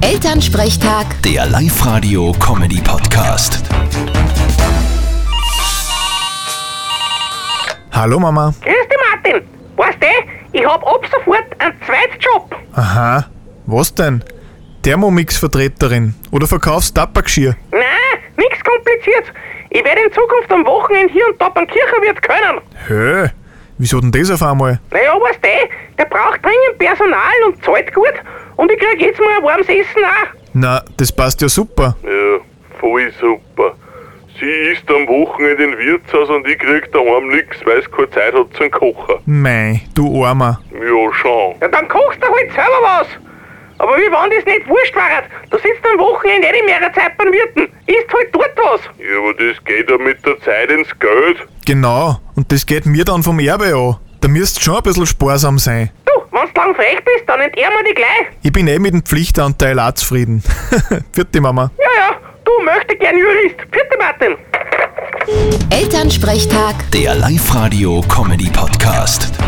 Elternsprechtag, Der Live-Radio-Comedy-Podcast. Hallo Mama. Grüß dich, Martin. Weißt du, ich hab ab sofort einen Zweitjob. Aha, was denn? Thermomix-Vertreterin oder verkaufst Tappergeschirr? Nein, nichts Kompliziertes. Ich werde in Zukunft am Wochenende hier und da beim Kirchenwirt können. Hä? Wieso denn das auf einmal? Naja, weißt du, der braucht dringend Personal und zahlt gut. Und ich krieg jetzt mal ein warmes Essen auch. Na, das passt ja super. Ja, voll super. Sie isst am Wochenende im Wirtshaus und ich krieg daheim nix, weil sie keine Zeit hat zum Kochen. Mei, du Armer. Ja, schon. Ja, dann kochst du halt selber was. Aber wie wenn das nicht wurscht wäre, du sitzt am Wochenende nicht mehr Zeit beim Wirten. Isst halt dort was. Ja, aber das geht ja mit der Zeit ins Geld. Genau, und das geht mir dann vom Erbe an. Da müsst schon ein bisschen sparsam sein. Du, wenn du lang frech bist, dann entehren wir dich gleich. Ich bin mit dem Pflichtanteil auch zufrieden. Vierte Mama. Ja, du möchte gern Jurist. Bitte, Martin. Elternsprechtag. Der Live-Radio-Comedy-Podcast.